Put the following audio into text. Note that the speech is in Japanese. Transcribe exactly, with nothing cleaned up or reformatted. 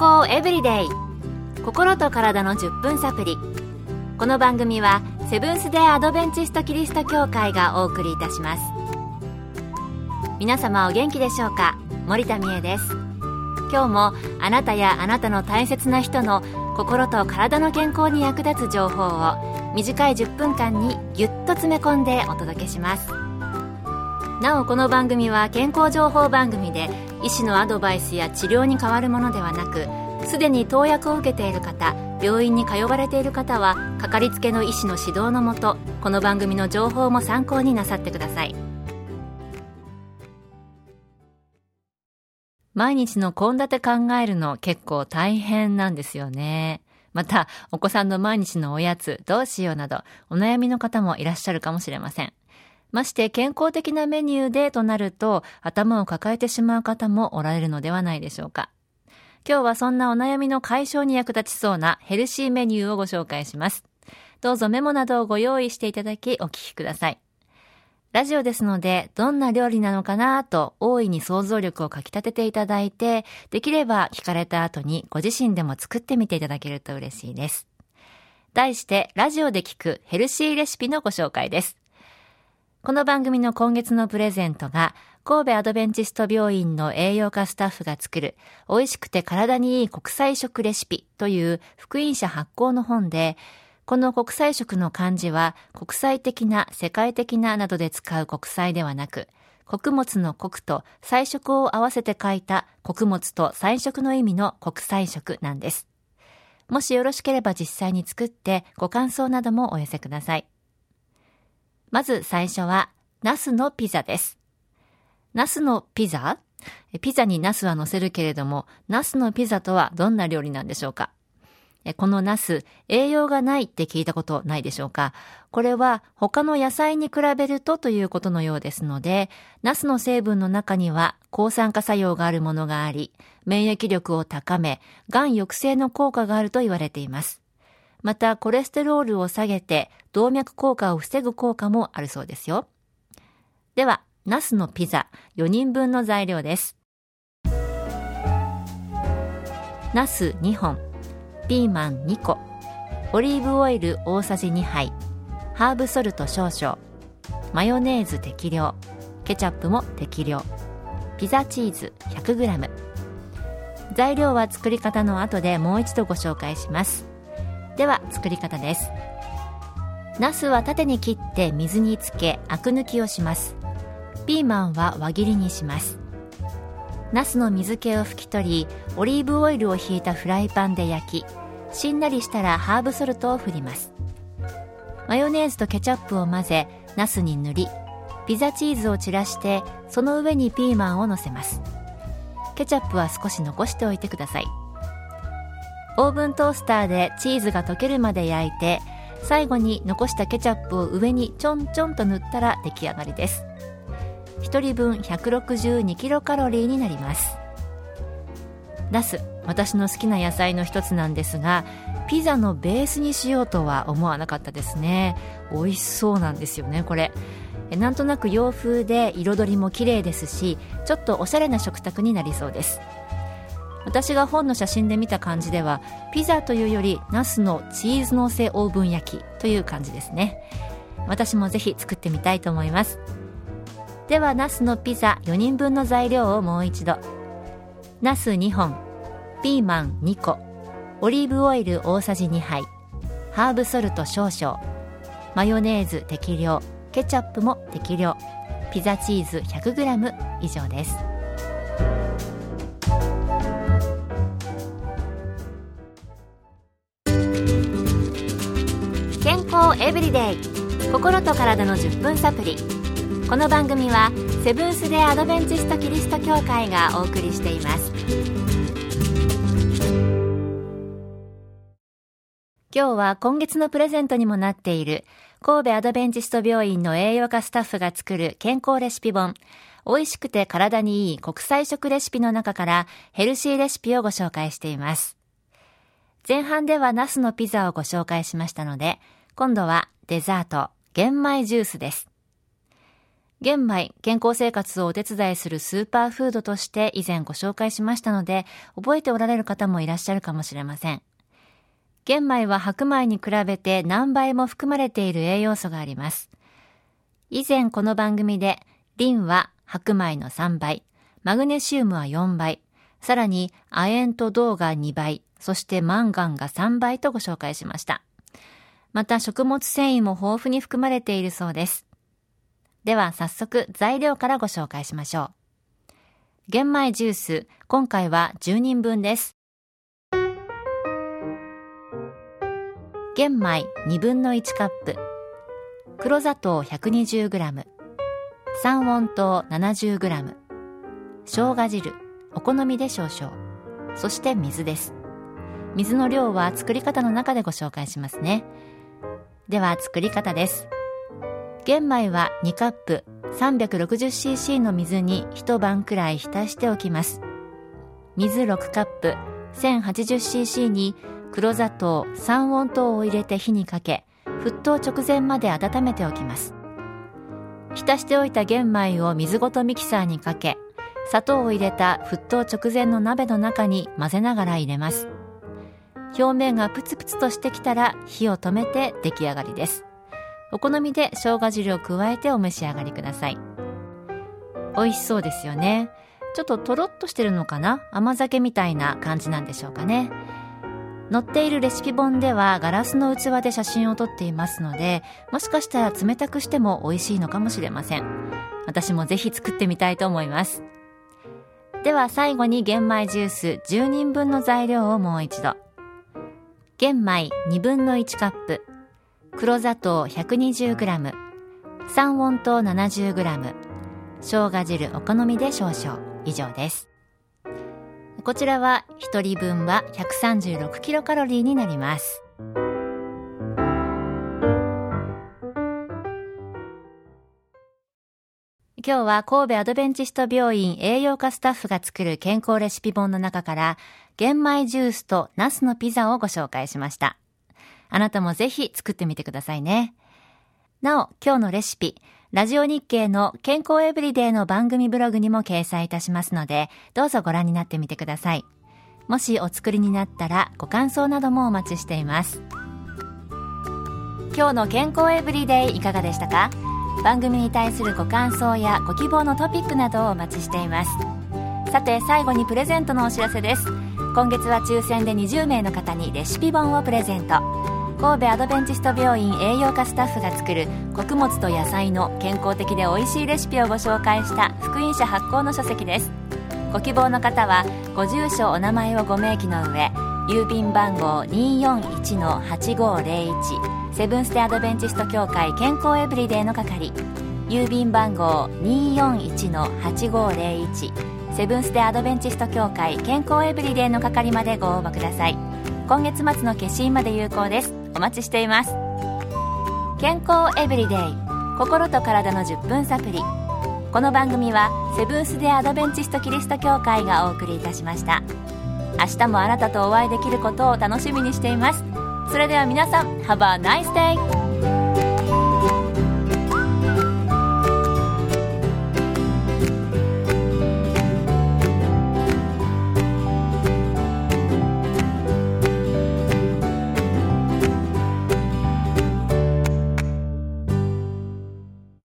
康エブリデイ、心と体のじゅっぷんサプリ。この番組はセブンス・デー・アドベンチスト・キリスト教会がお送りいたします。皆様お元気でしょうか。森田美恵です。今日もあなたやあなたの大切な人の心と体の健康に役立つ情報を短いじゅっぷんかんにぎゅっと詰め込んでお届けします。なおこの番組は健康情報番組で、医師のアドバイスや治療に代わるものではなく、すでに投薬を受けている方、病院に通われている方はかかりつけの医師の指導のもと、この番組の情報も参考になさってください。毎日の献立考えるの結構大変なんですよね。またお子さんの毎日のおやつどうしようなどお悩みの方もいらっしゃるかもしれません。まして健康的なメニューでとなると頭を抱えてしまう方もおられるのではないでしょうか。今日はそんなお悩みの解消に役立ちそうなヘルシーメニューをご紹介します。どうぞメモなどをご用意していただきお聞きください。ラジオですのでどんな料理なのかなと大いに想像力をかき立てていただいて、できれば聞かれた後にご自身でも作ってみていただけると嬉しいです。題してラジオで聞くヘルシーレシピのご紹介です。この番組の今月のプレゼントが神戸アドベンチスト病院の栄養科スタッフが作る美味しくて体にいい国際食レシピという福音社発行の本で、この国際食の漢字は国際的な、世界的ななどで使う国際ではなく、穀物の穀と菜食を合わせて書いた穀物と菜食の意味の国際食なんです。もしよろしければ実際に作ってご感想などもお寄せください。まず最初はナスのピザです。ナスのピザ？ピザにナスは乗せるけれども、ナスのピザとはどんな料理なんでしょうか。このナス、栄養がないって聞いたことないでしょうか。これは他の野菜に比べるとということのようですので、ナスの成分の中には抗酸化作用があるものがあり、免疫力を高め、がん抑制の効果があると言われています。またコレステロールを下げて動脈硬化を防ぐ効果もあるそうですよ。ではナスのピザよにんぶんの材料です。ナスにほん、ピーマンにこ、オリーブオイル大さじにはい、ハーブソルト少々、マヨネーズ適量、ケチャップも適量、ピザチーズ ひゃくグラム。 材料は作り方の後でもう一度ご紹介します。では作り方です。ナスは縦に切って水につけアク抜きをします。ピーマンは輪切りにします。ナスの水気を拭き取り、オリーブオイルをひいたフライパンで焼き、しんなりしたらハーブソルトを振ります。マヨネーズとケチャップを混ぜナスに塗り、ピザチーズを散らしてその上にピーマンを乗せます。ケチャップは少し残しておいてください。オーブントースターでチーズが溶けるまで焼いて、最後に残したケチャップを上にちょんちょんと塗ったら出来上がりです。ひとりぶんひゃくろくじゅうにキロカロリーになります。ナス、私の好きな野菜の一つなんですが、ピザのベースにしようとは思わなかったですね。美味しそうなんですよね、これ。なんとなく洋風で彩りも綺麗ですし、ちょっとおしゃれな食卓になりそうです。私が本の写真で見た感じでは、ピザというよりナスのチーズのせオーブン焼きという感じですね。私もぜひ作ってみたいと思います。ではナスのピザよにんぶんの材料をもう一度。ナスにほん、ピーマンにこ、オリーブオイル大さじにはい、ハーブソルト少々、マヨネーズ適量、ケチャップも適量、ピザチーズ ひゃくグラム 以上です。健康エブリデイ、心と体のじゅっぷんサプリ。この番組はセブンス・デー・アドベンチスト・キリスト教会がお送りしています。今日は今月のプレゼントにもなっている神戸アドベンチスト病院の栄養科スタッフが作る健康レシピ本、美味しくて体にいい国際食レシピの中からヘルシーレシピをご紹介しています。前半ではナスのピザをご紹介しましたので、今度はデザート、玄米ジュースです。 玄米、健康生活をお手伝いするスーパーフードとして以前ご紹介しましたので、覚えておられる方もいらっしゃるかもしれません。玄米は白米に比べて何倍も含まれている栄養素があります。以前この番組で、リンは白米のさんばい、マグネシウムはよんばい、さらに亜鉛と銅がにばい、そしてマンガンがさんばいとご紹介しました。また食物繊維も豊富に含まれているそうです。では早速材料からご紹介しましょう。玄米ジュース、今回はじゅうにんぶんです。玄米にぶんのいちカップ、黒砂糖 ひゃくにじゅうグラム、三温糖 ななじゅうグラム、生姜汁、お好みで少々、そして水です。水の量は作り方の中でご紹介しますね。では作り方です。玄米はにカップ さんびゃくろくじゅうシーシー の水に一晩くらい浸しておきます。水ろくカップ せんはちじゅうシーシー に黒砂糖、三温糖を入れて火にかけ、沸騰直前まで温めておきます。浸しておいた玄米を水ごとミキサーにかけ、砂糖を入れた沸騰直前の鍋の中に混ぜながら入れます。表面がプツプツとしてきたら火を止めて出来上がりです。お好みで生姜汁を加えてお召し上がりください。美味しそうですよね。ちょっととろっとしてるのかな、甘酒みたいな感じなんでしょうかね。載っているレシピ本ではガラスの器で写真を撮っていますので、もしかしたら冷たくしても美味しいのかもしれません。私もぜひ作ってみたいと思います。では最後に玄米ジュースじゅうにんぶんの材料をもう一度。玄米にぶんのいちカップ、黒砂糖 ひゃくにじゅうグラム、三温糖 ななじゅうグラム、生姜汁お好みで少々、以上です。こちらはひとりぶんはひゃくさんじゅうろくキロカロリーになります。今日は神戸アドベンチスト病院栄養科スタッフが作る健康レシピ本の中から玄米ジュースとナスのピザをご紹介しました。あなたもぜひ作ってみてくださいね。なお、今日のレシピ、ラジオ日経の健康エブリデイの番組ブログにも掲載いたしますので、どうぞご覧になってみてください。もしお作りになったらご感想などもお待ちしています。今日の健康エブリデイいかがでしたか？番組に対するご感想やご希望のトピックなどをお待ちしています。さて最後にプレゼントのお知らせです。今月は抽選でにじゅうめいの方にレシピ本をプレゼント。神戸アドベンチスト病院栄養科スタッフが作る穀物と野菜の健康的で美味しいレシピをご紹介した福音社発行の書籍です。ご希望の方はご住所お名前をご明記の上、郵便番号 にーよんいちのはちごーぜろいち セブンステアドベンチスト協会健康エブリデイの係、郵便番号 にーよんいちのはちごーぜろいち セブンステアドベンチスト協会健康エブリデイの係までご応募ください。今月末の消印まで有効です。お待ちしています。健康エブリデイ、心と体のじゅっぷんサプリ。この番組はセブンス・デ・アドベンチスト・キリスト教会がお送りいたしました。明日もあなたとお会いできることを楽しみにしています。それでは皆さん、Have a nice day!